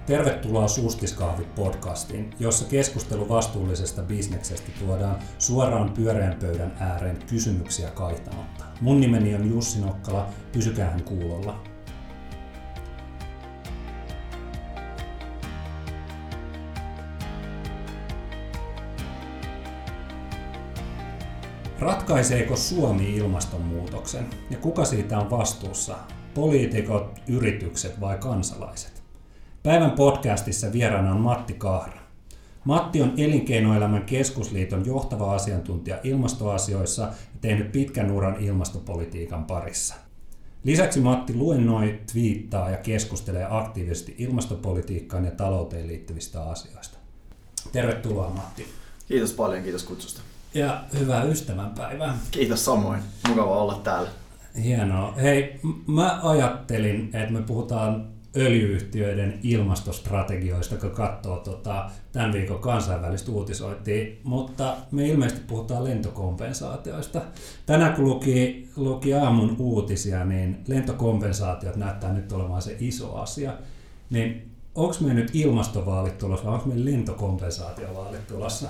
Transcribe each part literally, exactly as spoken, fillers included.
Tervetuloa Sustiskahvit-podcastiin, jossa keskustelu vastuullisesta bisneksestä tuodaan suoraan pyöreän pöydän ääreen kysymyksiä kaihtamatta. Mun nimeni on Jussi Nokkala, pysykäähän kuulolla. Ratkaiseeko Suomi ilmastonmuutoksen ja kuka siitä on vastuussa? Poliitikot, yritykset vai kansalaiset? Päivän podcastissa vieraana on Matti Kahra. Matti on Elinkeinoelämän keskusliiton johtava asiantuntija ilmastoasioissa ja tehnyt pitkän uran ilmastopolitiikan parissa. Lisäksi Matti luennoi, twiittaa ja keskustelee aktiivisesti ilmastopolitiikkaan ja talouteen liittyvistä asioista. Tervetuloa Matti. Kiitos paljon, kiitos kutsusta. Ja hyvää ystävänpäivää. Kiitos samoin, mukava olla täällä. Hienoa. Hei, mä ajattelin, että me puhutaan öljy-yhtiöiden ilmastostrategioista, kun katsoo tota, tämän viikon kansainvälistä uutisointia, mutta me ilmeisesti puhutaan lentokompensaatioista. Tänään kun luki, luki aamun uutisia, niin lentokompensaatiot näyttää nyt olevan se iso asia. Niin onko meillä nyt ilmastovaalit tulossa vai onko meillä lentokompensaatiovaalit tulossa?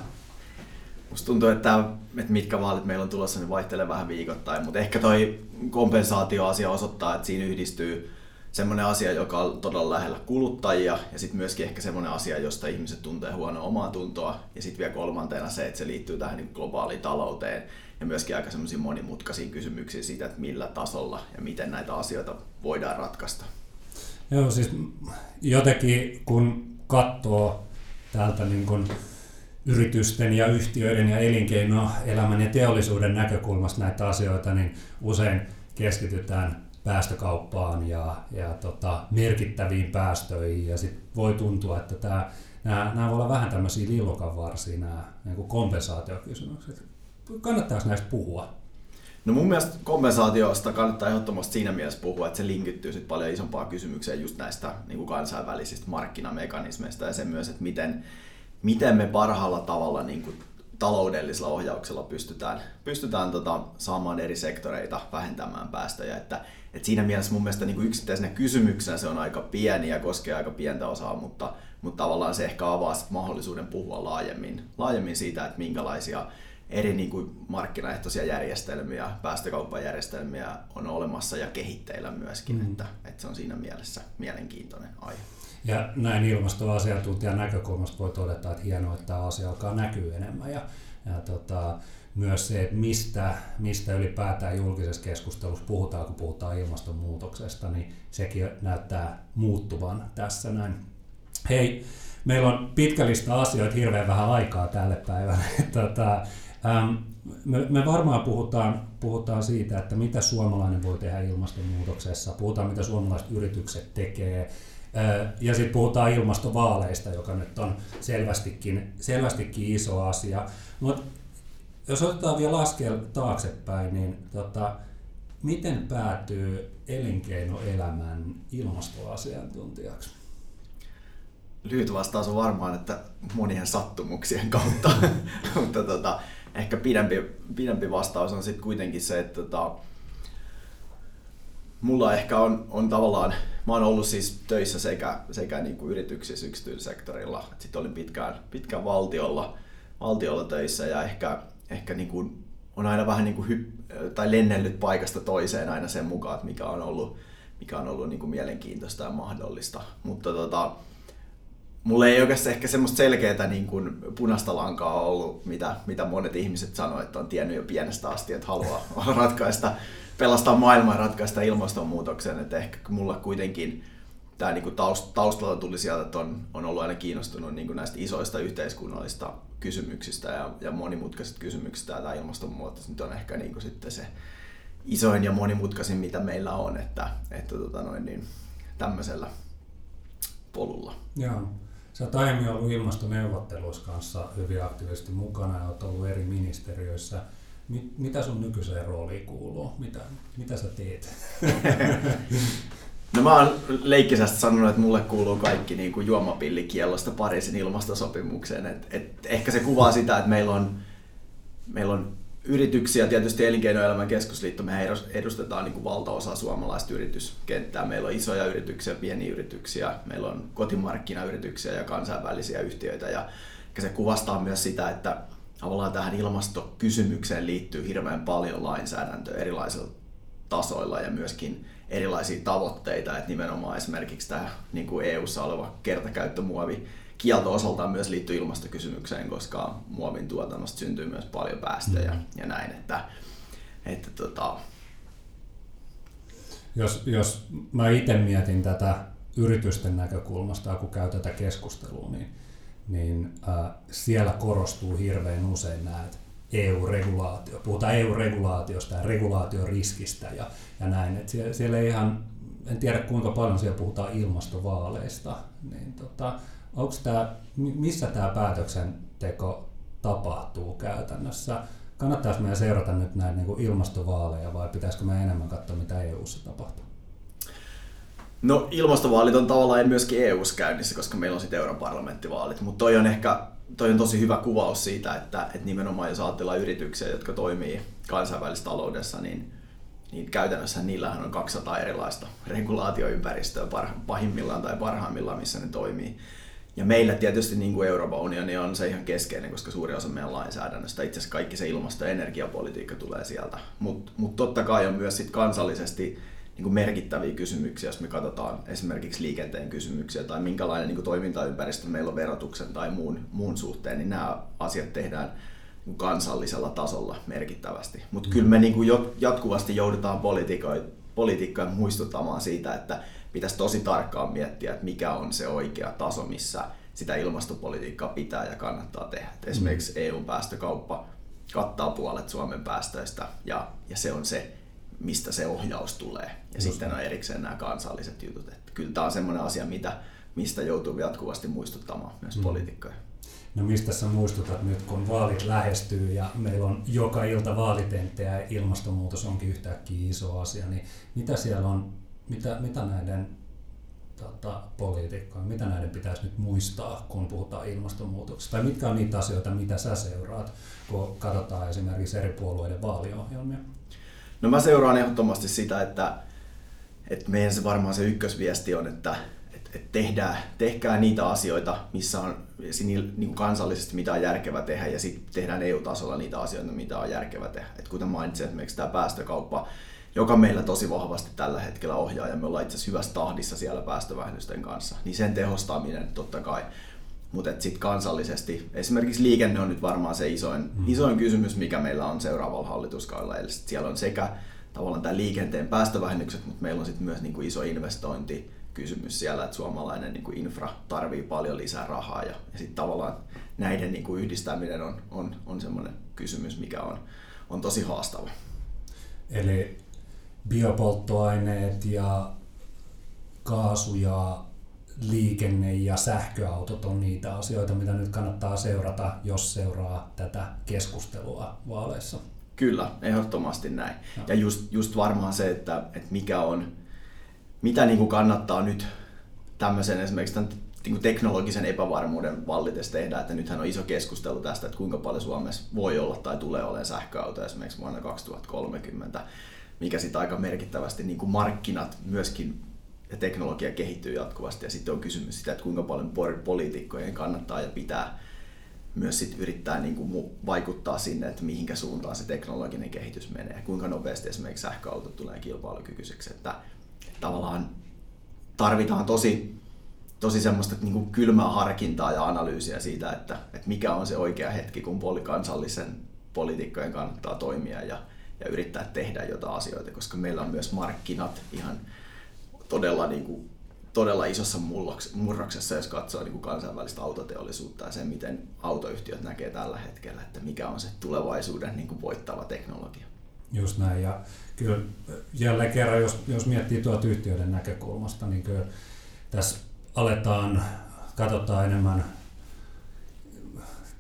Musta tuntuu, että, että mitkä vaalit meillä on tulossa, niin vaihtelee vähän viikoittain, mutta ehkä toi kompensaatioasia osoittaa, että siinä yhdistyy semmoinen asia, joka on todella lähellä kuluttajia ja sitten myöskin ehkä semmoinen asia, josta ihmiset tuntee huonoa omaa tuntoa ja sitten vielä kolmantena se, että se liittyy tähän niin globaaliin talouteen ja myöskin aika semmoisiin monimutkaisiin kysymyksiin siitä, että millä tasolla ja miten näitä asioita voidaan ratkaista. Joo, siis jotenkin kun katsoo täältä niin kun yritysten ja yhtiöiden ja elinkeinoelämän ja teollisuuden näkökulmasta näitä asioita, niin usein keskitytään päästökauppaan ja, ja tota, merkittäviin päästöihin ja sit voi tuntua, että tää, nämä, nämä voi olla vähän tämmöisiä lillukanvarsia nämä niin kuin kompensaatiokysymykset. Kannattaako näistä puhua? No mun mielestä kompensaatiosta kannattaa ehdottomasti siinä mielessä puhua, että se linkittyy sit paljon isompaan kysymykseen just näistä niin kuin kansainvälisistä markkinamekanismeista ja se myös, että miten, miten me parhaalla tavalla niin kuin taloudellisella ohjauksella pystytään, pystytään tota, saamaan eri sektoreita vähentämään päästöjä. Että, et siinä mielessä mun mielestä niin kuin yksittäisenä kysymyksenä se on aika pieni ja koskee aika pientä osaa, mutta, mutta tavallaan se ehkä avaa mahdollisuuden puhua laajemmin, laajemmin siitä, että minkälaisia eri niin kuin markkinaehtoisia järjestelmiä, päästökauppajärjestelmiä on olemassa ja kehitteillä myöskin, mm. että, että se on siinä mielessä mielenkiintoinen aihe. Ja näin ilmastoasiantuntijan näkökulmasta voi todeta, että hienoa, että tämä asia alkaa näkyä enemmän. Ja, ja tota, myös se, että mistä, mistä ylipäätään julkisessa keskustelussa puhutaan, kun puhutaan ilmastonmuutoksesta, niin sekin näyttää muuttuvan tässä näin. Hei, meillä on pitkä lista asioita, hirveän vähän aikaa tälle päivälle. tota, ähm, me, me varmaan puhutaan, puhutaan siitä, että mitä suomalainen voi tehdä ilmastonmuutoksessa, puhutaan mitä suomalaiset yritykset tekee, ja sitten puhutaan ilmastovaaleista, joka nyt on selvästikin, selvästikin iso asia. Mut jos otetaan vielä askel taaksepäin, niin tota, miten päätyy elinkeinoelämän ilmastoasiantuntijaksi? Lyhyt vastaus on varmaan, että monien sattumuksien kautta, mutta tota, ehkä pidempi, pidempi vastaus on sitten kuitenkin se, että tota, mulla ehkä on, on tavallaan, mä oon ollut siis töissä sekä, sekä niin kuin yrityksissä yksityissektorilla, sitten olin pitkään, pitkään valtiolla, valtiolla töissä ja ehkä, ehkä niin kuin on aina vähän niin kuin hyp- tai lennellyt paikasta toiseen aina sen mukaan, että mikä on ollut, mikä on ollut niin kuin mielenkiintoista ja mahdollista. Mutta tota, mulla ei oikeastaan ehkä semmoista selkeää niin kuin punaista lankaa ollut, mitä, mitä monet ihmiset sanoo, että on tiennyt jo pienestä asti, että haluaa ratkaista pelastaa maailmaa ja ratkaista ilmastonmuutoksen, että ehkä mulla kuitenkin tämä niinku taustalla tuli sieltä, että on, on ollut aina kiinnostunut niinku näistä isoista yhteiskunnallista kysymyksistä ja, ja monimutkaisista kysymyksistä, ja tämä ilmastonmuutos nyt on ehkä niinku sitten se isoin ja monimutkaisin, mitä meillä on, että, että tota noin, niin, tämmöisellä polulla. Joo. Sä oot aiemmin ollut ilmastoneuvotteluissa kanssa hyvin aktiivisesti mukana ja oot ollut eri ministeriöissä. Mitä sun nykyiseen rooliin kuuluu? Mitä, mitä sä teet? No mä oon leikkisästi sanonut, että mulle kuuluu kaikki niin kuin juomapillikiellosta Pariisin ilmastosopimukseen. Et, et ehkä se kuvaa sitä, että meillä on, meillä on yrityksiä, tietysti Elinkeinoelämän keskusliitto, me edustetaan niin kuin valtaosa suomalaista yrityskenttää. Meillä on isoja yrityksiä, pieniä yrityksiä, meillä on kotimarkkinayrityksiä ja kansainvälisiä yhtiöitä. Ja se kuvastaa myös sitä, että tavallaan tähän ilmastokysymykseen liittyy hirveän paljon lainsäädäntöä erilaisilla tasoilla ja myöskin erilaisia tavoitteita. Että nimenomaan esimerkiksi tämä niin kuin E U:ssa oleva kertakäyttömuovi kielto osaltaan myös liittyy ilmastokysymykseen, koska muovin tuotannosta syntyy myös paljon päästöjä mm. ja näin. Että, että tota... jos, jos mä itse mietin tätä yritysten näkökulmasta, kun käy tätä keskustelua, niin, niin äh, siellä korostuu hirveän usein nämä E U-regulaatio. Puhutaan E U-regulaatiosta ja regulaatioriskistä ja, ja näin. Et siellä, siellä ei ihan, en tiedä kuinka paljon siellä puhutaan ilmastovaaleista. Niin tota, onko tää, missä tämä päätöksenteko tapahtuu käytännössä? Kannattaisi meidän seurata nyt näitä niin kuin ilmastovaaleja vai pitäisikö meidän enemmän katsoa, mitä E U:ssa tapahtuu? No ilmastovaalit on tavallaan myöskin E U:ssa käynnissä, koska meillä on sitten europarlamenttivaalit, mutta toi on ehkä toi on tosi hyvä kuvaus siitä, että, että nimenomaan jos ajatellaan yrityksiä, jotka toimii kansainvälisessä taloudessa, niin, niin käytännössä niillähän on kaksisataa erilaista regulaatioympäristöä pahimmillaan tai parhaimmillaan, missä ne toimii. Ja meillä tietysti niin kuin Euroopan unioni on se ihan keskeinen, koska suuri osa meidän lainsäädännöstä, itse asiassa kaikki se ilmasto- ja energiapolitiikka tulee sieltä. Mutta mut totta kai on myös sit kansallisesti niin kuin merkittäviä kysymyksiä, jos me katsotaan esimerkiksi liikenteen kysymyksiä tai minkälainen niin kuin toimintaympäristö meillä on verotuksen tai muun, muun suhteen, niin nämä asiat tehdään niin kuin kansallisella tasolla merkittävästi. Mutta mm. kyllä me niin kuin jatkuvasti joudutaan poliitikkoja muistuttamaan siitä, että pitäisi tosi tarkkaan miettiä, että mikä on se oikea taso, missä sitä ilmastopolitiikkaa pitää ja kannattaa tehdä. Et esimerkiksi E U:n päästökauppa kattaa puolet Suomen päästöistä ja, ja se on se, mistä se ohjaus tulee. Ja Just sitten on erikseen nämä kansalliset jutut. Että kyllä tämä on semmoinen asia, mitä, mistä joutuu jatkuvasti muistuttamaan myös mm. poliitikkoja. No mistä sä muistutat nyt, kun vaalit lähestyy ja meillä on joka ilta vaalitenttejä ja ilmastonmuutos onkin yhtäkkiä iso asia, niin mitä siellä on, mitä, mitä näiden tota, poliitikkojen, mitä näiden pitäisi nyt muistaa, kun puhutaan ilmastonmuutoksesta? Tai mitkä on niitä asioita, mitä sä seuraat, kun katsotaan esimerkiksi eri puolueiden vaaliohjelmia? No mä seuraan ehdottomasti sitä, että, että meidän se varmaan se ykkösviesti on, että, että tehdään, tehkää niitä asioita, missä on niin kuin kansallisesti mitä on järkevä tehdä ja sitten tehdään E U-tasolla niitä asioita, mitä on järkevä tehdä. Et kuten mainitsin, esimerkiksi tämä päästökauppa, joka meillä tosi vahvasti tällä hetkellä ohjaa ja me ollaan itse asiassa hyvässä tahdissa siellä päästövähennysten kanssa, niin sen tehostaminen totta kai. Mutta sitten kansallisesti, esimerkiksi liikenne on nyt varmaan se isoin, mm. isoin kysymys, mikä meillä on seuraavalla hallituskaudella. Eli siellä on sekä tavallaan tämä liikenteen päästövähennykset, mutta meillä on sitten myös niinku iso investointikysymys siellä, että suomalainen niinku infra tarvii paljon lisää rahaa. Ja, ja sitten tavallaan näiden niinku yhdistäminen on, on, on semmoinen kysymys, mikä on, on tosi haastava. Eli biopolttoaineet ja kaasu ja liikenne ja sähköautot on niitä asioita, mitä nyt kannattaa seurata, jos seuraa tätä keskustelua vaaleissa. Kyllä, ehdottomasti näin. No. Ja just, just varmaan se, että, että mikä on, mitä niin kuin kannattaa nyt tämmöisen esimerkiksi tämän niin kuin teknologisen epävarmuuden vallitessa tehdä, että nythän on iso keskustelu tästä, että kuinka paljon Suomessa voi olla tai tulee olemaan sähköautoja esimerkiksi vuonna kaksituhattakolmekymmentä, mikä sitten aika merkittävästi niin kuin markkinat myöskin ja teknologia kehittyy jatkuvasti ja sitten on kysymys sitä, että kuinka paljon poliitikkojen kannattaa ja pitää myös sit yrittää niin kuin vaikuttaa sinne, että mihinkä suuntaan se teknologinen kehitys menee ja kuinka nopeasti esimerkiksi sähköautot tulee kilpailukykyiseksi. Että, että tavallaan tarvitaan tosi, tosi semmoista niin kuin kylmää harkintaa ja analyysiä siitä, että, että mikä on se oikea hetki, kun kansallisen poliitikkojen kannattaa toimia ja, ja yrittää tehdä jotain asioita, koska meillä on myös markkinat ihan todella, niin kuin, todella isossa murroksessa, jos katsoo niin kuin kansainvälistä autoteollisuutta ja sen, miten autoyhtiöt näkee tällä hetkellä, että mikä on se tulevaisuuden niin kuin voittava teknologia. Just näin, ja kyllä jälleen kerran, jos, jos miettii tuolta yhtiöiden näkökulmasta, niin kyllä tässä aletaan, katsotaan enemmän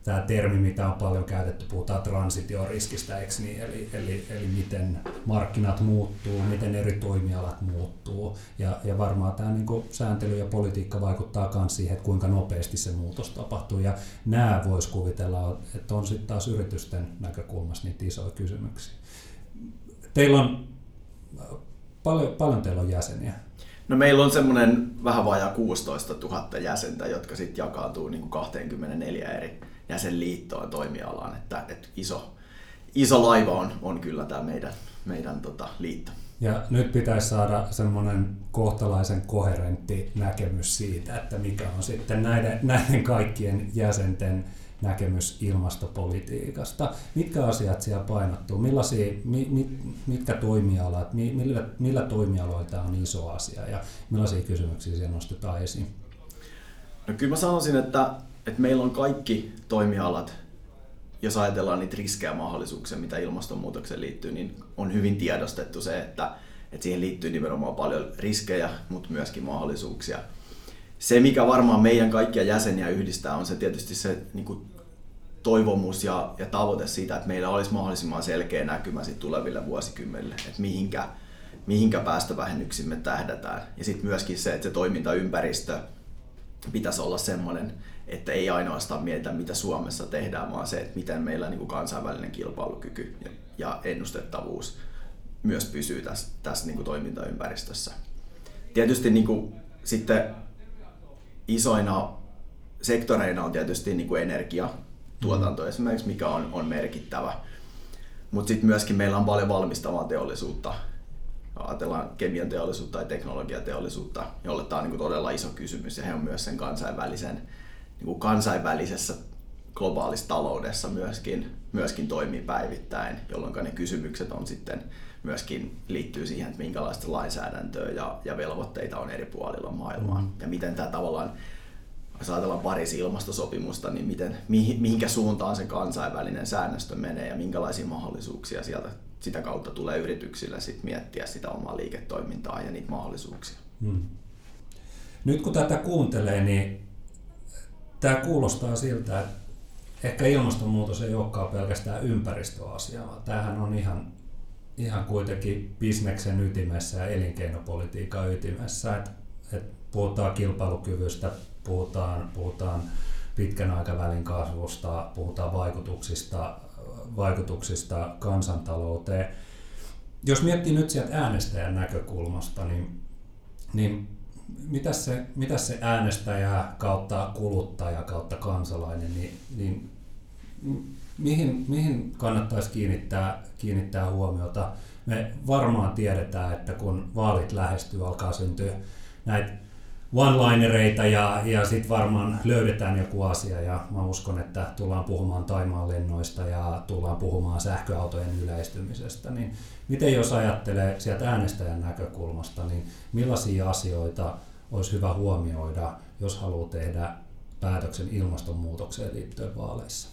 tämä termi, mitä on paljon käytetty, puhutaan transitioriskistä, eikö niin? Eli, eli, eli miten markkinat muuttuu, miten eri toimialat muuttuu. Ja, ja varmaan tämä niin kuin sääntely ja politiikka vaikuttaa myös siihen, että kuinka nopeasti se muutos tapahtuu. Ja nämä voisi kuvitella, että on sitten taas yritysten näkökulmasta niitä isoja kysymyksiä. Teillä on, paljon, paljon teillä on jäseniä? No meillä on semmoinen vähän vajaa kuusitoista tuhatta jäsentä, jotka sitten jakautuu niin kuin kaksikymmentäneljä eri jäsenliittoon toimialaan, että, että iso, iso laiva on, on kyllä tämä meidän, meidän tota, liitto. Ja nyt pitäisi saada semmoinen kohtalaisen koherentti näkemys siitä, että mikä on sitten näiden, näiden kaikkien jäsenten näkemys ilmastopolitiikasta. Mitkä asiat siellä painottuu? Millaisia, mi, mi, mitkä toimialat, mi, millä, millä toimialoilla tämä on iso asia ja millaisia kysymyksiä siellä nostetaan esiin? No kyllä mä sanoisin, että, että meillä on kaikki toimialat, jos ajatellaan niitä riskejä ja mahdollisuuksia, mitä ilmastonmuutokseen liittyy, niin on hyvin tiedostettu se, että, että siihen liittyy nimenomaan paljon riskejä, mutta myöskin mahdollisuuksia. Se, mikä varmaan meidän kaikkia jäseniä yhdistää, on se tietysti se niin kuin toivomus ja, ja tavoite siitä, että meillä olisi mahdollisimman selkeä näkymä sit tuleville vuosikymmenille, että mihinkä, mihinkä päästövähennyksiin me tähdätään. Ja sitten myöskin se, että se toimintaympäristö pitäisi olla sellainen, että ei ainoastaan mietitä, mitä Suomessa tehdään, vaan se, että miten meillä niin kuin kansainvälinen kilpailukyky ja, ja ennustettavuus myös pysyy tässä, tässä niin kuin toimintaympäristössä. Tietysti niin kuin, sitten isoina sektoreina on tietysti niin kuin energiatuotanto esimerkiksi, mikä on, on merkittävä. Mutta sitten myöskin meillä on paljon valmistavaa teollisuutta. Ajatellaan kemian teollisuutta tai teknologiateollisuutta, jolle tämä on niin kuin todella iso kysymys. Ja he on myös sen kansainvälisen, niin kuin kansainvälisessä globaalissa taloudessa myöskin, myöskin toimii päivittäin, jolloin ne kysymykset on sitten myöskin liittyy siihen, että minkälaista lainsäädäntöä ja, ja velvoitteita on eri puolilla maailmaa. Mm. Ja miten tämä tavallaan, jos ajatellaan Pariisin ilmastosopimusta, niin miten, mihinkä suuntaan se kansainvälinen säännöstö menee ja minkälaisia mahdollisuuksia sieltä sitä kautta tulee yrityksille sit miettiä sitä omaa liiketoimintaa ja niitä mahdollisuuksia. Mm. Nyt kun tätä kuuntelee, niin tämä kuulostaa siltä, että ehkä ilmastonmuutos ei olekaan pelkästään ympäristöasia, vaan tämähän on ihan ihan kuitenkin bisneksen ytimessä ja elinkeinopolitiikan ytimessä, että et puhutaan kilpailukyvystä, puhutaan, puhutaan pitkän aikavälin kasvusta, puhutaan vaikutuksista, vaikutuksista kansantalouteen. Jos miettii nyt sieltä äänestäjän näkökulmasta, niin, niin mitä se, mitä se äänestäjä kautta kuluttaja kautta kansalainen, niin, niin Mihin, mihin kannattaisi kiinnittää, kiinnittää huomiota? Me varmaan tiedetään, että kun vaalit lähestyy, alkaa syntyä näitä one-linereita ja, ja sitten varmaan löydetään joku asia ja mä uskon, että tullaan puhumaan Thaimaan lennoista ja tullaan puhumaan sähköautojen yleistymisestä. Niin miten jos ajattelee sieltä äänestäjän näkökulmasta, niin millaisia asioita olisi hyvä huomioida, jos haluaa tehdä päätöksen ilmastonmuutokseen liittyen vaaleissa?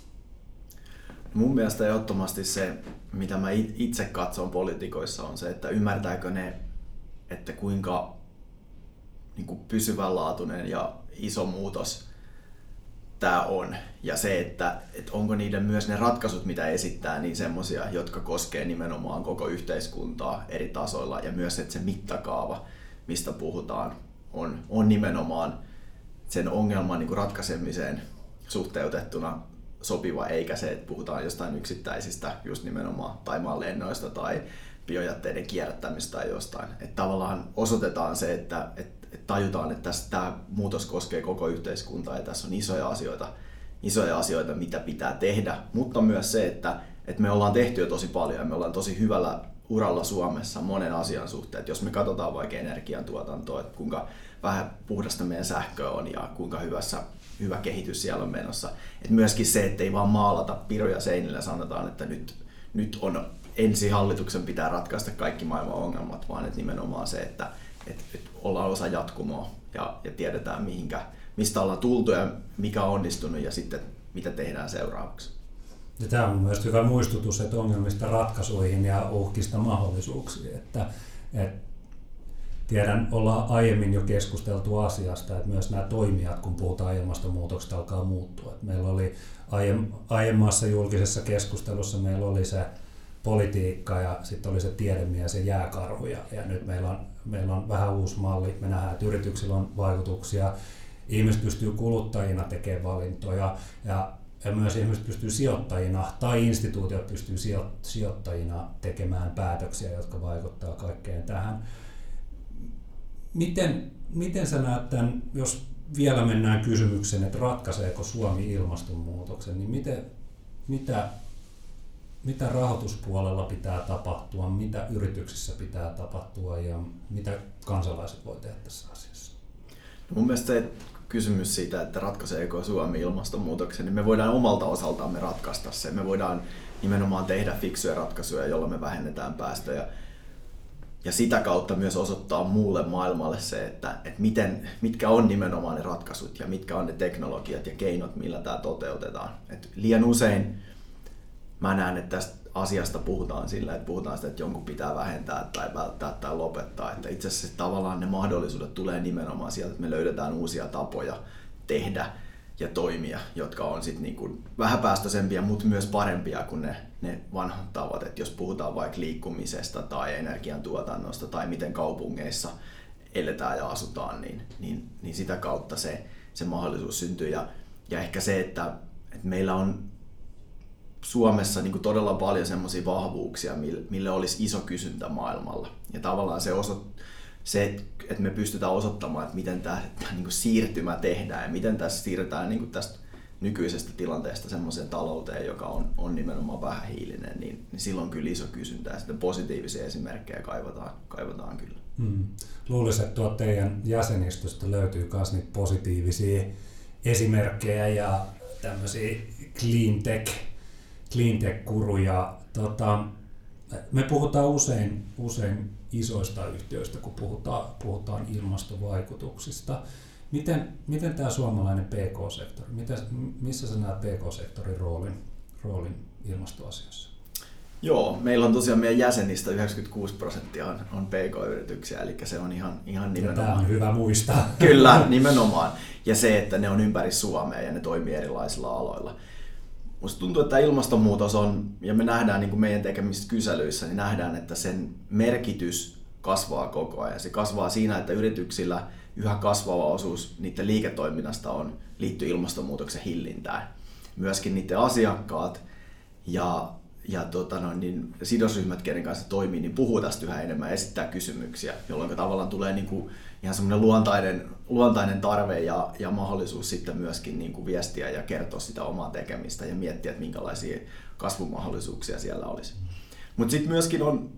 Mun mielestä ehdottomasti se, mitä mä itse katson poliitikoissa, on se, että ymmärtääkö ne, että kuinka niin kuin pysyvänlaatuinen ja iso muutos tämä on. Ja se, että, että onko niiden myös ne ratkaisut, mitä esittää, niin semmoisia, jotka koskee nimenomaan koko yhteiskuntaa eri tasoilla. Ja myös, että se mittakaava, mistä puhutaan, on, on nimenomaan sen ongelman niin kuin ratkaisemiseen suhteutettuna sopiva, eikä se, että puhutaan jostain yksittäisistä just nimenomaan Thaimaan lennoista tai biojätteiden kierrättämistä tai jostain. Että tavallaan osoitetaan se, että, että, että tajutaan, että tässä, tämä muutos koskee koko yhteiskuntaa ja tässä on isoja asioita, isoja asioita, mitä pitää tehdä, mutta myös se, että, että me ollaan tehty jo tosi paljon ja me ollaan tosi hyvällä uralla Suomessa monen asian suhteen. Että jos me katsotaan vaikka energiantuotantoa, että kuinka vähän puhdasta meidän sähköä on ja kuinka hyvässä hyvä kehitys siellä on menossa. Et myöskin se, että ei vaan maalata piruja seinillä ja sanotaan, että nyt, nyt on ensi hallituksen pitää ratkaista kaikki maailman ongelmat, vaan että nimenomaan se, että et, et ollaan osa jatkumoa ja, ja tiedetään mihinkä, mistä ollaan tultu ja mikä on onnistunut ja sitten mitä tehdään seuraavaksi. Ja tämä on myös hyvä muistutus, että ongelmista ratkaisuihin ja uhkista mahdollisuuksiin. Että, et, tiedän, ollaan aiemmin jo keskusteltu asiasta, että myös nämä toimijat, kun puhutaan ilmastonmuutoksesta, alkaa muuttua. Että meillä oli aiemmassa julkisessa keskustelussa meillä oli se politiikka ja sitten oli se tiedemies ja jääkarhu ja, ja nyt meillä on, meillä on vähän uusi malli. Me nähdään, että yrityksillä on vaikutuksia. Ihmiset pystyy kuluttajina tekemään valintoja ja, ja myös ihmiset pystyy sijoittajina tai instituutiot pystyy sijo, sijoittajina tekemään päätöksiä, jotka vaikuttavat kaikkeen tähän. Miten, miten sä näet tämän, jos vielä mennään kysymykseen, että ratkaiseeko Suomi ilmastonmuutoksen, niin miten, mitä, mitä rahoituspuolella pitää tapahtua, mitä yrityksissä pitää tapahtua ja mitä kansalaiset voi tehdä tässä asiassa? No mun mielestä se kysymys siitä, että ratkaiseeko Suomi ilmastonmuutoksen, niin me voidaan omalta osaltamme ratkaista se. Me voidaan nimenomaan tehdä fiksuja ratkaisuja, joilla me vähennetään päästöjä. Ja sitä kautta myös osoittaa muulle maailmalle se, että, että miten, mitkä on nimenomaan ne ratkaisut ja mitkä on ne teknologiat ja keinot, millä tämä toteutetaan. Et liian usein mä näen, että tästä asiasta puhutaan sillä, että puhutaan sitä, että jonkun pitää vähentää tai välttää tai lopettaa. Että itse asiassa tavallaan ne mahdollisuudet tulee nimenomaan sieltä, että me löydetään uusia tapoja tehdä ja toimia, jotka on sitten niin kuin vähäpäästöisempiä, mutta myös parempia kuin ne, ne vanhat tavat. Et jos puhutaan vaikka liikkumisesta tai energiantuotannosta tai miten kaupungeissa eletään ja asutaan, niin, niin, niin sitä kautta se, se mahdollisuus syntyy. Ja, ja ehkä se, että, että meillä on Suomessa niin kuin todella paljon semmoisia vahvuuksia, mille, mille olisi iso kysyntä maailmalla. Ja tavallaan se osoittaa, se, että me pystytään osoittamaan, että miten tämä niin kuin siirtymä tehdään ja miten tässä siirrytään niin kuin tästä nykyisestä tilanteesta semmoiseen talouteen, joka on, on nimenomaan vähähiilinen, niin, niin silloin on kyllä iso kysyntä ja sitten positiivisia esimerkkejä kaivataan, kaivataan kyllä. Hmm. Luulisin, että tuolta teidän jäsenistöstä löytyy myös niitä positiivisia esimerkkejä ja tämmöisiä cleantech, cleantech-kuruja. Tota, me puhutaan usein, usein isoista yhtiöistä, kun puhutaan, puhutaan ilmastovaikutuksista. Miten, miten tämä suomalainen P K-sektori, miten, missä sä näet P K-sektorin roolin, roolin ilmastoasiassa? Joo, meillä on tosiaan meidän jäsenistä yhdeksänkymmentäkuusi prosenttia on, on P K-yrityksiä, eli se on ihan, ihan nimenomaan. Ja tämä on hyvä muistaa. Kyllä, nimenomaan. Ja se, että ne on ympäri Suomea ja ne toimii erilaisilla aloilla. Musta tuntuu, että ilmastonmuutos on, ja me nähdään niin kuin meidän tekemisissä kyselyissä, niin nähdään, että sen merkitys kasvaa koko ajan. Se kasvaa siinä, että yrityksillä yhä kasvava osuus niiden liiketoiminnasta on liittyy ilmastonmuutoksen hillintään. Myöskin niiden asiakkaat ja, ja tota no, niin sidosryhmät, kenen kanssa toimii, niin puhuu tästä yhä enemmän ja esittää kysymyksiä, jolloin tavallaan tulee niin kuin ihan semmoinen luontainen, luontainen tarve ja, ja mahdollisuus sitten myöskin niin kuin viestiä ja kertoa sitä omaa tekemistä ja miettiä, että minkälaisia kasvumahdollisuuksia siellä olisi. Mutta sitten myöskin on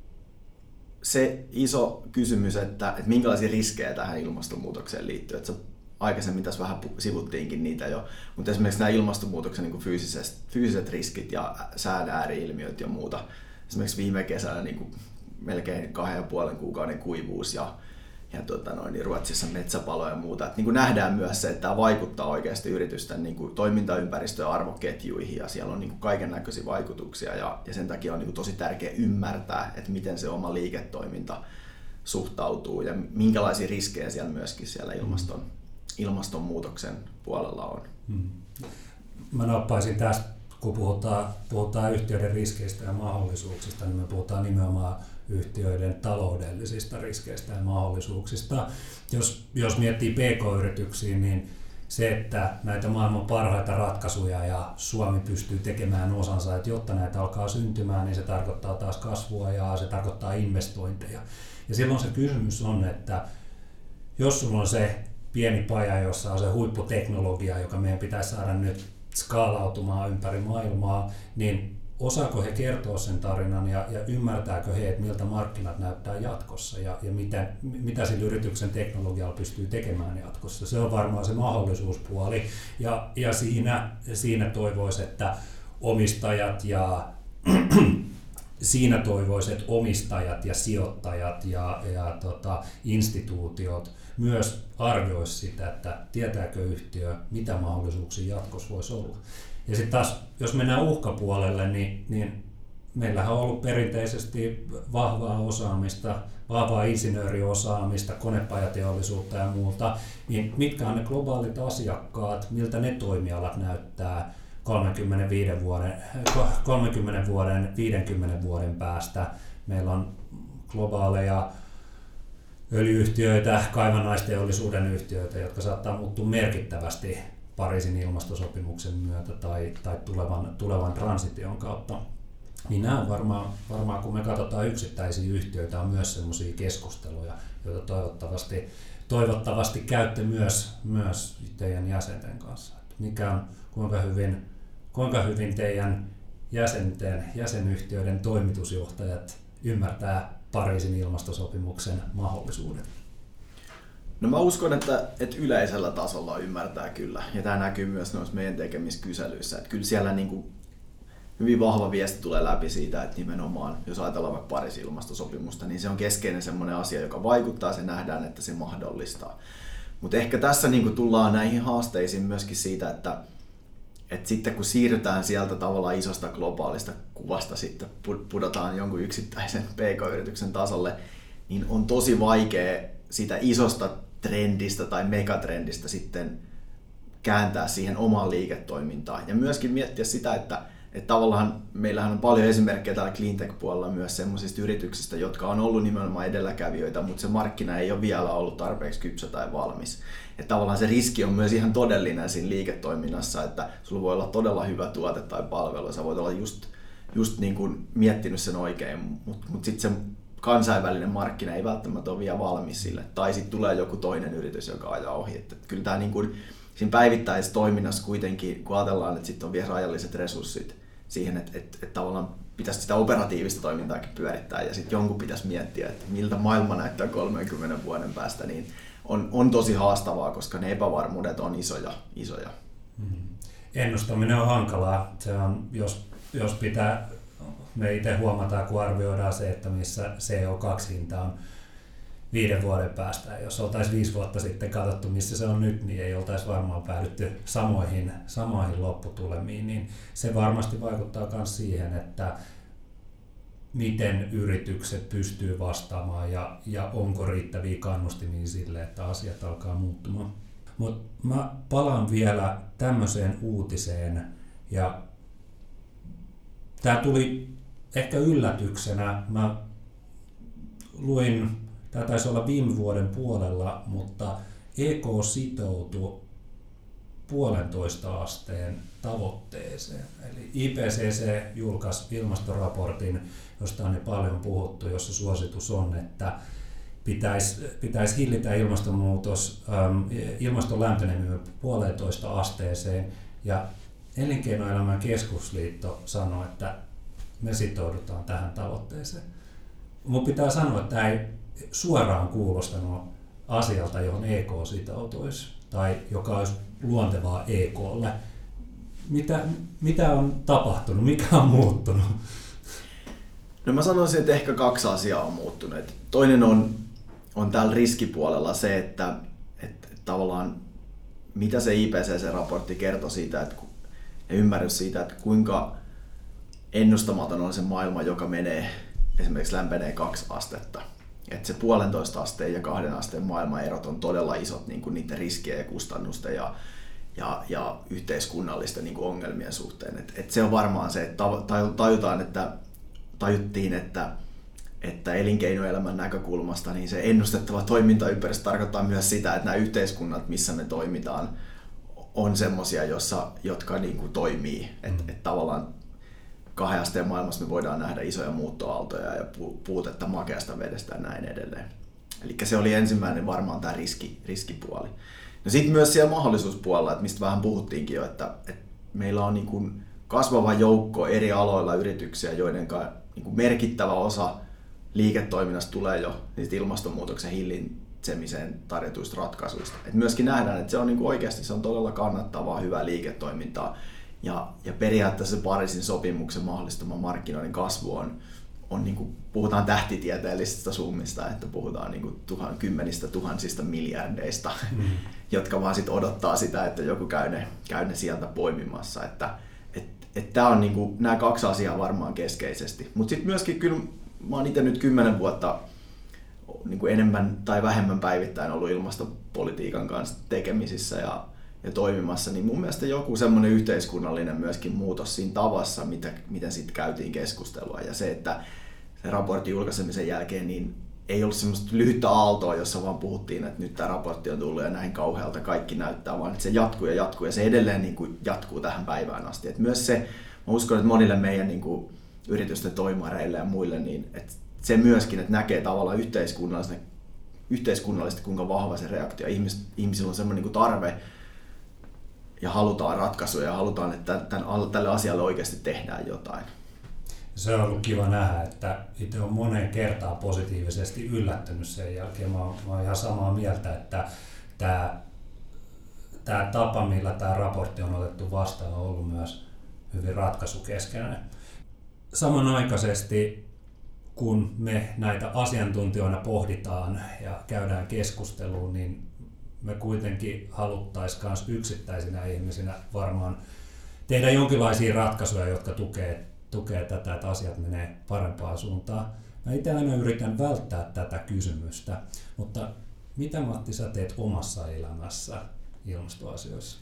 se iso kysymys, että, että minkälaisia riskejä tähän ilmastonmuutokseen liittyy. Että aikaisemmin tässä vähän sivuttiinkin niitä jo, mutta esimerkiksi nämä ilmastonmuutoksen niin kuin fyysiset, fyysiset riskit ja sään ääri-ilmiöt ja muuta. Esimerkiksi viime kesänä niin kuin melkein kahden ja puolen kuukauden kuivuus ja, ja tota noin, niin Ruotsissa metsäpalo ja muuta. Että niin kuin nähdään myös se, että tämä vaikuttaa oikeasti yritysten niin kuin toimintaympäristö- ja arvoketjuihin ja siellä on niin kuin kaiken näköisiä vaikutuksia ja, ja sen takia on niin kuin tosi tärkeää ymmärtää, että miten se oma liiketoiminta suhtautuu ja minkälaisia riskejä siellä myöskin siellä ilmaston, ilmastonmuutoksen puolella on. Hmm. Mä nappaisin tästä, kun puhutaan, puhutaan yhtiöiden riskeistä ja mahdollisuuksista, niin me puhutaan nimenomaan yhtiöiden taloudellisista riskeistä ja mahdollisuuksista. Jos, jos miettii P K-yrityksiä, niin se, että näitä maailman parhaita ratkaisuja ja Suomi pystyy tekemään osansa, että jotta näitä alkaa syntymään, niin se tarkoittaa taas kasvua ja se tarkoittaa investointeja. Ja silloin se kysymys on, että jos sulla on se pieni paja, jossa on se huipputeknologia, joka meidän pitäisi saada nyt skaalautumaan ympäri maailmaa, niin osaako he kertoa sen tarinan ja, ja ymmärtääkö he, että miltä markkinat näyttää jatkossa ja, ja mitä, mitä sillä yrityksen teknologialla pystyy tekemään jatkossa. Se on varmaan se mahdollisuuspuoli ja, ja siinä, siinä toivoisi, että omistajat ja siinä toivoisi, että omistajat ja sijoittajat ja, ja tota, instituutiot myös arvioisi sitä, että tietääkö yhtiö, mitä mahdollisuuksia jatkossa voisi olla. Ja sitten taas, jos mennään uhkapuolelle, niin, niin meillähän on ollut perinteisesti vahvaa osaamista, vahvaa insinööriosaamista, konepajateollisuutta ja muuta, niin mitkä on ne globaalit asiakkaat, miltä ne toimialat näyttää kolmekymmentäviisi vuoden, kolmenkymmenen vuoden, viidenkymmenen vuoden päästä. Meillä on globaaleja öljyyhtiöitä, kaivannaisteollisuuden yhtiöitä, jotka saattaa muuttua merkittävästi Pariisin ilmastosopimuksen myötä tai, tai tulevan, tulevan transition kautta. Niin nämä on varmaan, varmaan, kun me katsotaan yksittäisiä yhtiöitä, on myös sellaisia keskusteluja, joita toivottavasti, toivottavasti käytte myös, myös teidän jäsenten kanssa. Mikä on, kuinka hyvin, kuinka hyvin teidän jäsenten, jäsenyhtiöiden toimitusjohtajat ymmärtää Pariisin ilmastosopimuksen mahdollisuudet? No mä uskon, että, että yleisellä tasolla ymmärtää kyllä, ja tämä näkyy myös noissa meidän tekemissä kyselyissä, että kyllä siellä niin kuin hyvin vahva viesti tulee läpi siitä, että nimenomaan, jos ajatellaan vaikka Pariisin ilmastosopimusta, niin se on keskeinen semmoinen asia, joka vaikuttaa, se nähdään, että se mahdollistaa. Mutta ehkä tässä niin kuin tullaan näihin haasteisiin myöskin siitä, että, että sitten kun siirrytään sieltä tavallaan isosta globaalista kuvasta, sitten pudotaan jonkun yksittäisen P K-yrityksen tasolle, niin on tosi vaikea sitä isosta trendistä tai megatrendistä sitten kääntää siihen omaan liiketoimintaan. Ja myöskin miettiä sitä, että, että tavallaan meillähän on paljon esimerkkejä täällä cleantech-puolella myös sellaisista yrityksistä, jotka on ollut nimenomaan edelläkävijöitä, mutta se markkina ei ole vielä ollut tarpeeksi kypsä tai valmis. Että tavallaan se riski on myös ihan todellinen siinä liiketoiminnassa, että sulla voi olla todella hyvä tuote tai palvelu, sä voit olla just, just niin kuin miettinyt sen oikein, mutta mut sitten se kansainvälinen markkina ei välttämättä ole vielä valmis sille, tai sitten tulee joku toinen yritys, joka ajaa ohi. Että kyllä tämä niin kuin, siinä päivittäisessä toiminnassa kuitenkin, kun ajatellaan, että sitten on vielä rajalliset resurssit siihen, että, että, että tavallaan pitäisi sitä operatiivista toimintaakin pyörittää, ja sitten jonkun pitäisi miettiä, että miltä maailma näyttää kolmenkymmenen vuoden päästä, niin on, on tosi haastavaa, koska ne epävarmuudet on isoja. isoja. Hmm. Ennustaminen on hankalaa. Se on, jos, jos pitää, me itse huomataan, kun arvioidaan se, että missä C O kaksi hinta on viiden vuoden päästä. Jos oltaisiin viisi vuotta sitten katsottu, missä se on nyt, niin ei oltaisi varmaan päädytty samoihin, samoihin lopputulemiin. Niin se varmasti vaikuttaa myös siihen, että miten yritykset pystyy vastaamaan ja, ja onko riittäviä kannustimia sille, että asiat alkaa muuttumaan. Mutta mä palaan vielä tämmöiseen uutiseen, ja tämä tuli ehkä yllätyksenä. Mä luin, tämä taisi olla viime vuoden puolella, mutta E K sitoutui puolentoista asteen tavoitteeseen. Eli I P C C julkaisi ilmastoraportin, josta on jo paljon puhuttu, jossa suositus on, että pitäisi, pitäisi hillitä ilmastonmuutos, ähm, ilmaston lämpeneminen puolentoista asteeseen. Ja Elinkeinoelämän keskusliitto sanoi, että me sitoudutaan tähän tavoitteeseen. Mun pitää sanoa, että tämä ei suoraan kuulostanut asialta, johon E K sitoutuisi tai joka olisi luontevaa E K:lle. Mitä, mitä on tapahtunut? Mikä on muuttunut? No mä sanoisin, että ehkä kaksi asiaa on muuttunut. Toinen on, on täällä riskipuolella se, että, että tavallaan mitä se I P C C-raportti kertoi siitä, että, ja ymmärrys siitä, että kuinka ennustamaton on se maailma, joka menee, esimerkiksi lämpenee kaksi astetta. Että se puolentoista asteen ja kahden asteen maailmanerot on todella isot niin kuin niiden riskien ja kustannusten ja, ja, ja yhteiskunnallisten niin kuin ongelmien suhteen. Et, et se on varmaan se, että tajutaan, että, tajuttiin, että, että elinkeinoelämän näkökulmasta niin se ennustettava toimintaympäristö tarkoittaa myös sitä, että nämä yhteiskunnat, missä me toimitaan, on semmoisia, jotka niin kuin toimii. Mm. Että et tavallaan kahden asteen maailmassa me voidaan nähdä isoja muuttoaaltoja ja puutetta makeasta vedestä ja näin edelleen. Eli se oli ensimmäinen varmaan tämä riski, riskipuoli. No sitten myös siellä mahdollisuuspuolella, että mistä vähän puhuttiinkin jo, että, että meillä on niin kuin kasvava joukko eri aloilla yrityksiä, joiden niin kuin merkittävä osa liiketoiminnasta tulee jo niistä ilmastonmuutoksen hillitsemiseen tarjotuista ratkaisuista. Et myöskin nähdään, että se on niin kuin oikeasti se on todella kannattavaa, hyvää liiketoimintaa. Ja, ja periaatteessa Pariisin sopimuksen mahdollistama markkinoiden kasvu on, on niin kuin, puhutaan tähtitieteellisistä summista, että puhutaan niin kuin tuhan, kymmenistä tuhansista miljardeista, mm. jotka vaan sit odottaa sitä, että joku käy ne, käy ne sieltä poimimassa. Että, et, että tää on niinku, nämä kaksi asiaa varmaan keskeisesti. Mutta sitten myöskin kyllä mä oon itse nyt kymmenen vuotta niinku enemmän tai vähemmän päivittäin ollut ilmastopolitiikan kanssa tekemisissä ja, ja toimimassa, niin mun mielestä joku semmoinen yhteiskunnallinen myöskin muutos siinä tavassa, mitä, miten sitten käytiin keskustelua. Ja se, että se raportin julkaisemisen jälkeen niin ei ollut semmoista lyhyttä aaltoa, jossa vaan puhuttiin, että nyt tämä raportti on tullut ja näin kauhealta kaikki näyttää, vaan että se jatkuu ja jatkuu ja se edelleen niin kuin jatkuu tähän päivään asti. Et myös se, mä uskon, että monille meidän niin kuin yritysten toimareille ja muille, niin että se myöskin, että näkee tavallaan yhteiskunnallisesti, yhteiskunnallisesti kuinka vahva se reaktio. Ihmis, ihmisillä on semmoinen niin kuin tarve ja halutaan ratkaisuja ja halutaan, että tämän, tälle asialle oikeasti tehdään jotain. Se on ollut kiva nähdä, että itse olen moneen kertaan positiivisesti yllättynyt sen jälkeen. Mä oon, mä oon ihan samaa mieltä, että tämä, tämä tapa, millä tämä raportti on otettu vastaan, on ollut myös hyvin ratkaisukeskeinen. Samanaikaisesti, kun me näitä asiantuntijoina pohditaan ja käydään keskusteluun, niin me kuitenkin haluttaisiin myös yksittäisinä ihmisinä varmaan tehdä jonkinlaisia ratkaisuja, jotka tukee tukee tätä, että asiat menee parempaan suuntaan. Mä itse aina yritän välttää tätä kysymystä, mutta mitä Matti sä teet omassa elämässä ilmastoasioissa?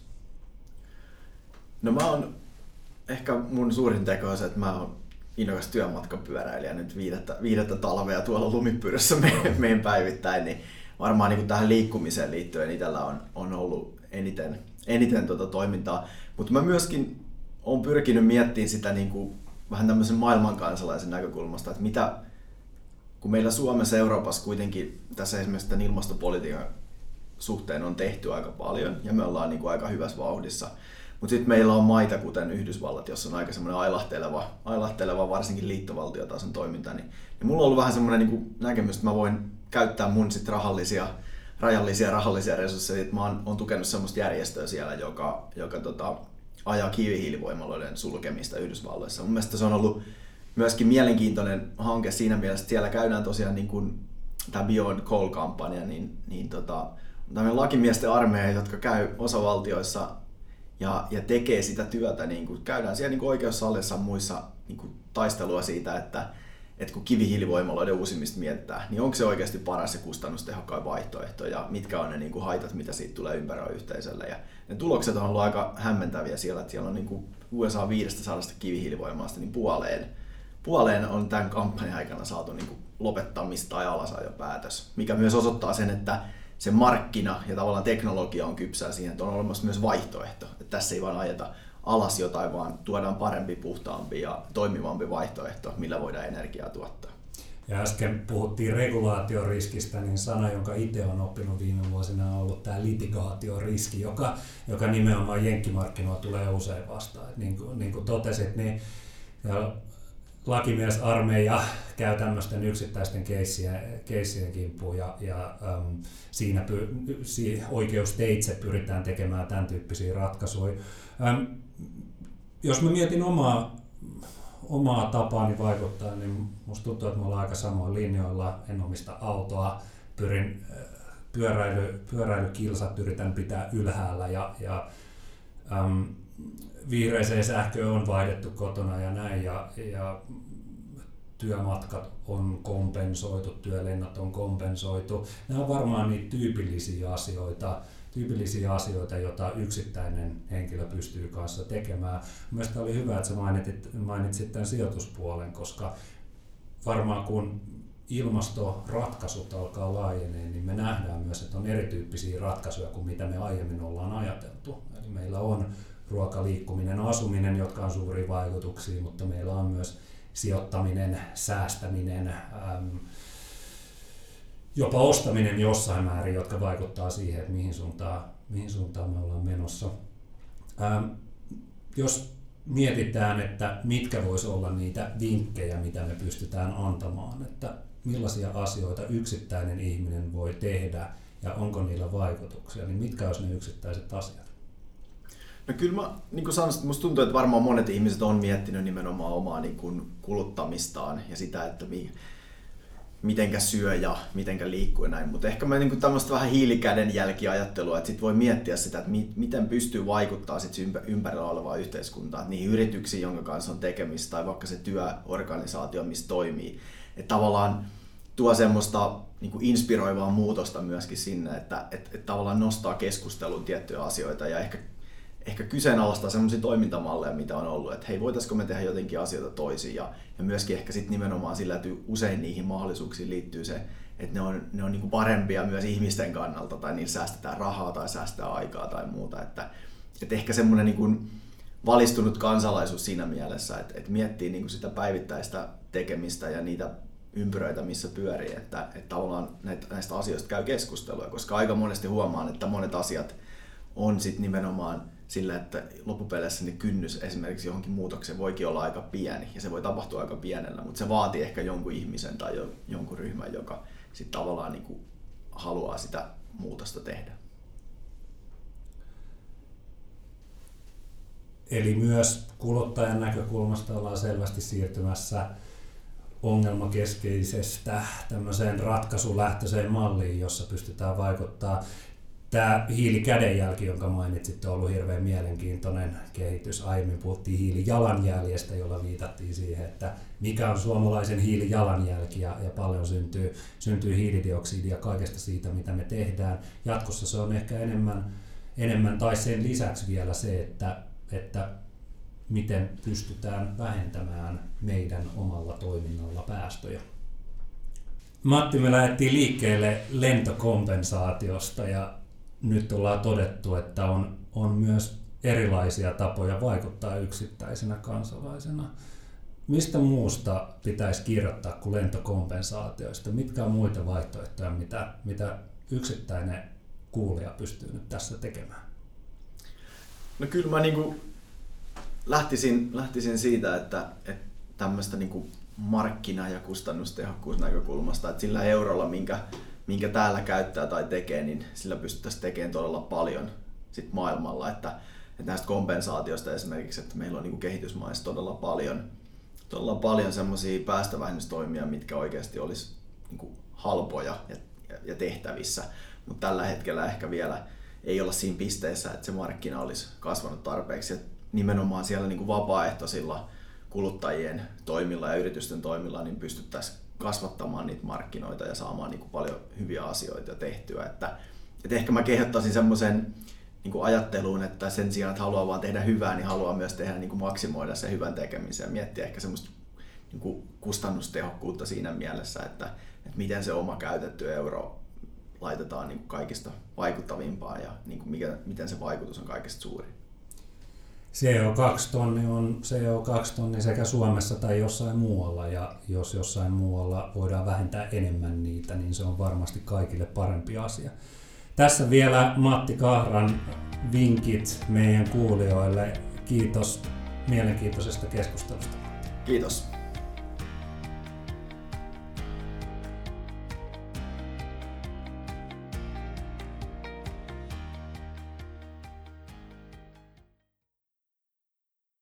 No mä oon, ehkä mun suurin teko on se, että mä oon innokas työmatkapyöräilijä nyt viidettä, viidettä talvea tuolla lumipyryssä meidän päivittäin, niin varmaan niin kuin tähän liikkumiseen liittyen itsellä on, on ollut eniten, eniten tuota toimintaa, mutta mä myöskin oon pyrkinyt miettimään sitä niin kuin vähän tämmöisen maailmankansalaisen näkökulmasta, että mitä, kun meillä Suomessa ja Euroopassa kuitenkin tässä esimerkiksi tämän ilmastopolitiikan suhteen on tehty aika paljon ja me ollaan niin kuin aika hyvässä vauhdissa, mutta sitten meillä on maita kuten Yhdysvallat, jossa on aika semmoinen ailahteleva, ailahteleva varsinkin liittovaltiotason toiminta, niin, niin mulla on ollut vähän semmoinen niin kuin näkemys, että mä voin käyttää mun sit rahallisia, rajallisia rahallisia resursseja, että mä oon, oon tukenut semmoista järjestöä siellä, joka, joka tota, ajaa kivihiilivoimaloiden sulkemista Yhdysvalloissa. Mun mielestä se on ollut myöskin mielenkiintoinen hanke siinä mielessä, että siellä käydään tosiaan niin kuin tämä Beyond Coal-kampanja, niin, niin tota, tämmöinen lakimiesten armeija, jotka käy osavaltioissa ja, ja tekee sitä työtä, niin kuin käydään siellä niin kuin oikeussalissa muissa niin kuin taistelua siitä, että, että kun kivihiilivoimaloiden uusimista mietitään, niin onko se oikeasti paras ja kustannustehokkain vaihtoehto ja mitkä on ne niin kuin haitat, mitä siitä tulee ympäristöyhteisölle. Ja ne tulokset on ollut aika hämmentäviä siellä, että siellä on niin kuin U S A viisisataa kivihiilivoimasta, niin puoleen, puoleen on tämän kampanjan aikana saatu niin kuin lopettamista tai alasajopäätös, mikä myös osoittaa sen, että se markkina ja tavallaan teknologia on kypsää siihen, että on olemassa myös vaihtoehto. Että tässä ei vaan ajeta alas jotain, vaan tuodaan parempi, puhtaampi ja toimivampi vaihtoehto, millä voidaan energiaa tuottaa. Ja äsken puhuttiin regulaatioriskistä, niin sana, jonka itse olen oppinut viime vuosina, on ollut tämä litigaatioriski, joka, joka nimenomaan jenkkimarkkinoilla tulee usein vastaan. Et niin, kuin, niin kuin totesit, niin lakimiesarmeija käy tämmöisten yksittäisten keissien, keissien kimppuun ja, ja äm, siinä py, si, oikeusteitse pyritään tekemään tämän tyyppisiä ratkaisuja. Äm, jos mä mietin omaa, omaa tapaani vaikuttaa, niin musta tuntuu, että me ollaan aika samoin linjoilla. En omista autoa, pyrin pyöräily, pyöräilykilsat yritän pitää ylhäällä ja, ja äm, vihreiseen sähköön on vaihdettu kotona ja näin ja, ja työmatkat on kompensoitu, työlennot on kompensoitu. Nämä on varmaan niitä tyypillisiä asioita, tyypillisiä asioita, joita yksittäinen henkilö pystyy kanssa tekemään. Mielestäni oli hyvä, että sä mainitsit, mainitsit tämän sijoituspuolen, koska varmaan kun ilmastoratkaisut alkaa laajenee, niin me nähdään myös, että on erityyppisiä ratkaisuja kuin mitä me aiemmin ollaan ajateltu. Eli meillä on ruoka, liikkuminen, asuminen, jotka on suuria vaikutuksia, mutta meillä on myös sijoittaminen, säästäminen, äm, jopa ostaminen jossain määrin, jotka vaikuttaa siihen, että mihin suuntaan, mihin suuntaan me ollaan menossa. Ähm, jos mietitään, että mitkä voisi olla niitä vinkkejä, mitä me pystytään antamaan, että millaisia asioita yksittäinen ihminen voi tehdä ja onko niillä vaikutuksia, niin mitkä olisi ne yksittäiset asiat? No kyllä mä, niin kuin sanoin, musta tuntuu, että varmaan monet ihmiset on miettinyt nimenomaan omaa niin kuin kuluttamistaan ja sitä, että mi, mitenkä syö ja mitenkä liikkuu ja näin. Mutta ehkä mä niin tämmöistä vähän hiilikädenjälkiajattelua, että sit voi miettiä sitä, että mi- miten pystyy vaikuttaa sit ympä- ympärillä olevaan yhteiskuntaan, että niihin yrityksiin, jonka kanssa on tekemistä, tai vaikka se työorganisaatio, missä toimii. Että tavallaan tuo semmoista niin kuin inspiroivaa muutosta myöskin sinne, että et, et tavallaan nostaa keskusteluun tiettyjä asioita ja ehkä, ehkä kyseenalaistaa semmoisia toimintamalleja, mitä on ollut, että hei, voitaisiko me tehdä jotenkin asioita toisin ja, ja myöskin ehkä sit nimenomaan sillä, että usein niihin mahdollisuuksiin liittyy se, että ne on, ne on niin kuin parempia myös ihmisten kannalta tai niillä säästetään rahaa tai säästetään aikaa tai muuta, että, että ehkä semmoinen niin kuin valistunut kansalaisuus siinä mielessä, että, että miettii niin kuin sitä päivittäistä tekemistä ja niitä ympyröitä, missä pyörii, että, että tavallaan näistä asioista käy keskustelua, koska aika monesti huomaan, että monet asiat on sit nimenomaan sillä, että loppupeleissä niin kynnys esimerkiksi johonkin muutokseen voikin olla aika pieni, ja se voi tapahtua aika pienellä, mutta se vaatii ehkä jonkun ihmisen tai jonkun ryhmän, joka sit tavallaan niin kuin haluaa sitä muutosta tehdä. Eli myös kuluttajan näkökulmasta ollaan selvästi siirtymässä ongelmakeskeisestä tämmöiseen ratkaisulähtöiseen malliin, jossa pystytään vaikuttaa. Tämä hiilikädenjälki, jonka mainitsit, on ollut hirveän mielenkiintoinen kehitys. Aiemmin puhuttiin hiilijalanjäljestä, jolla viitattiin siihen, että mikä on suomalaisen hiilijalanjälki ja, ja paljon syntyy, syntyy hiilidioksidia kaikesta siitä, mitä me tehdään. Jatkossa se on ehkä enemmän, enemmän tai sen lisäksi vielä se, että, että miten pystytään vähentämään meidän omalla toiminnalla päästöjä. Matti, me lähdettiin liikkeelle lentokompensaatiosta ja nyt ollaan todettu, että on, on myös erilaisia tapoja vaikuttaa yksittäisenä kansalaisena. Mistä muusta pitäisi kirjoittaa kuin lentokompensaatioista? Mitkä on muita vaihtoehtoja, mitä, mitä yksittäinen kuulija pystyy nyt tässä tekemään? No kyllä mä niinku lähtisin, lähtisin siitä, että, että tämmöistä niinku markkina- ja kustannustehokkuusnäkökulmasta, että sillä eurolla, minkä, minkä täällä käyttää tai tekee, niin sillä pystyttäisiin tekemään todella paljon sit maailmalla. Että, että näistä kompensaatioista esimerkiksi, että meillä on niinku kehitysmaissa todella paljon, todella paljon semmoisia päästövähennystoimia, mitkä oikeasti olisi niinku halpoja ja, ja tehtävissä, mutta tällä hetkellä ehkä vielä ei olla siinä pisteessä, että se markkina olisi kasvanut tarpeeksi. Ja nimenomaan siellä niinku vapaaehtoisilla kuluttajien toimilla ja yritysten toimilla niin pystyttäisiin kasvattamaan niitä markkinoita ja saamaan niin kuin paljon hyviä asioita tehtyä. Että, että ehkä mä kehottaisin semmoisen niin kuin ajatteluun, että sen sijaan, että haluaa vaan tehdä hyvää, niin haluaa myös tehdä, niin kuin maksimoida sen hyvän tekemisen ja miettiä ehkä semmoista niin kuin kustannustehokkuutta siinä mielessä, että, että miten se oma käytetty euro laitetaan niin kuin kaikista vaikuttavimpaan ja niin kuin mikä, miten se vaikutus on kaikista suurin. C O kaksi tonni on C O kaksi tonni sekä Suomessa tai jossain muualla, ja jos jossain muualla voidaan vähentää enemmän niitä, niin se on varmasti kaikille parempi asia. Tässä vielä Matti Kahran vinkit meidän kuulijoille. Kiitos mielenkiintoisesta keskustelusta. Kiitos.